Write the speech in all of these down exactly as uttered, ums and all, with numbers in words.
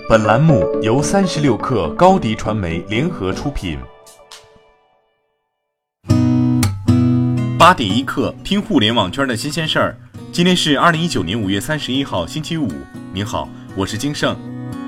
本栏目由三十六氪高迪传媒联合出品。八点一刻，听互联网圈的新鲜事儿。今天是二零一九年五月三十一号，星期五。您好，我是金盛。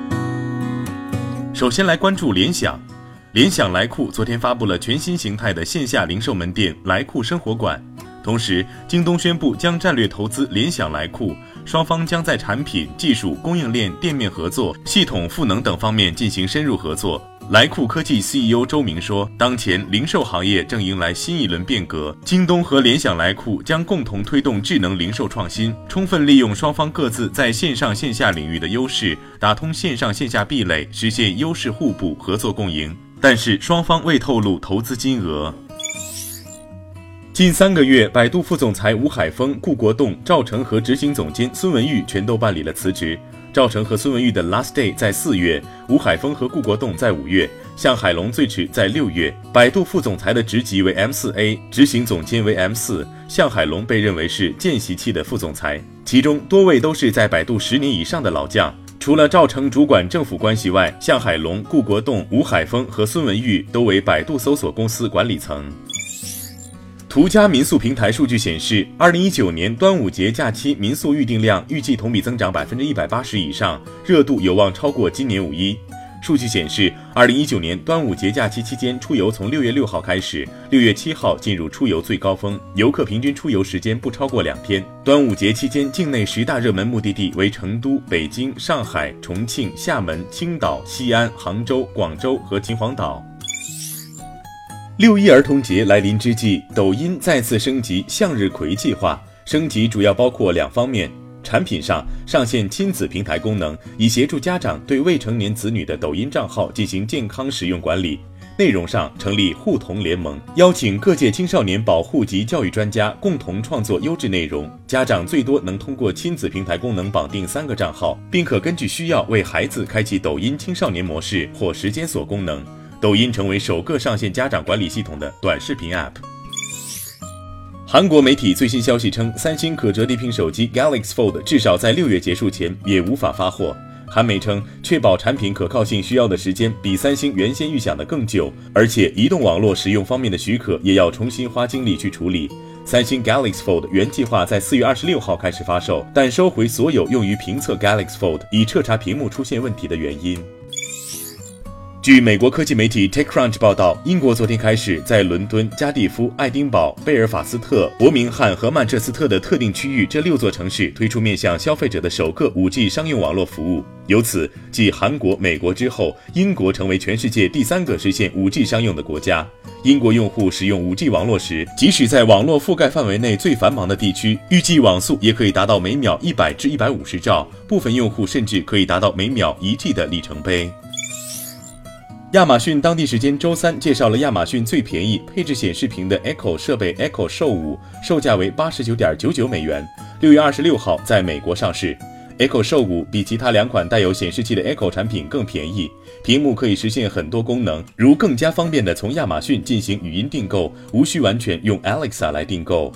首先来关注联想。联想来库昨天发布了全新形态的线下零售门店来库生活馆。同时，京东宣布将战略投资联想来库，双方将在产品、技术、供应链、店面合作、系统赋能等方面进行深入合作。来库科技 C E O 周明说，当前零售行业正迎来新一轮变革，京东和联想来库将共同推动智能零售创新，充分利用双方各自在线上线下领域的优势，打通线上线下壁垒，实现优势互补、合作共赢。但是双方未透露投资金额。近三个月，百度副总裁吴海峰、顾国栋、赵成和执行总监孙文玉全都办理了辞职。赵成和孙文玉的 last day 在四月，吴海峰和顾国栋在五月，向海龙最迟在六月。百度副总裁的职级为 M 四 A， 执行总监为 M 四，向海龙被认为是见习期的副总裁，其中多位都是在百度十年以上的老将。除了赵成主管政府关系外，向海龙、顾国栋、吴海峰和孙文玉都为百度搜索公司管理层。途家民宿平台数据显示，二零一九年端午节假期民宿预订量预计同比增长 百分之一百八十 以上，热度有望超过今年五一。数据显示，二零一九年端午节假期期间出游从六月六号开始，六月七号进入出游最高峰，游客平均出游时间不超过两天。端午节期间，境内十大热门目的地为成都、北京、上海、重庆、厦门、青岛、西安、杭州、广州和秦皇岛。六一儿童节来临之际，抖音再次升级向日葵计划，升级主要包括两方面。产品上上线亲子平台功能，以协助家长对未成年子女的抖音账号进行健康使用管理。内容上成立互童联盟，邀请各界青少年保护及教育专家共同创作优质内容。家长最多能通过亲子平台功能绑定三个账号，并可根据需要为孩子开启抖音青少年模式或时间锁功能。抖音成为首个上线家长管理系统的短视频 App。 韩国媒体最新消息称，三星可折叠屏手机 Galaxy Fold 至少在六月结束前也无法发货。韩媒称，确保产品可靠性需要的时间比三星原先预想的更久，而且移动网络使用方面的许可也要重新花精力去处理。三星 Galaxy Fold 原计划在四月二十六号开始发售，但收回所有用于评测 Galaxy Fold， 以彻查屏幕出现问题的原因。据美国科技媒体 TechCrunch 报道，英国昨天开始在伦敦、加蒂夫、爱丁堡、贝尔法斯特、伯明翰和曼彻斯特的特定区域这六座城市推出面向消费者的首个 五 G 商用网络服务。由此，继韩国、美国之后，英国成为全世界第三个实现 五 G 商用的国家。英国用户使用 五 G 网络时，即使在网络覆盖范围内最繁忙的地区，预计网速也可以达到每秒一百至一百五十兆，部分用户甚至可以达到每秒一 G 的里程碑。亚马逊当地时间周三介绍了亚马逊最便宜配置显示屏的 Echo 设备 Echo Show 五，售价为 八十九点九九美元，六月二十六号在美国上市。Echo Show 五比其他两款带有显示器的 Echo 产品更便宜，屏幕可以实现很多功能，如更加方便的从亚马逊进行语音订购，无需完全用 Alexa 来订购。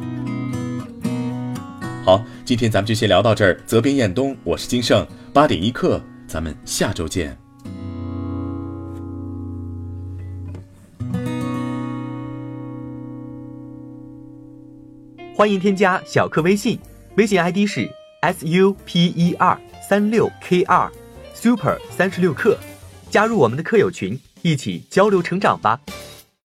好，今天咱们就先聊到这儿。责编：彦东，我是金盛，八点一刻，咱们下周见。 欢迎添加小课微信，微信 I D 是 S U P E R 三六 K 二 Super 三十六课，加入我们的课友群，一起交流成长吧。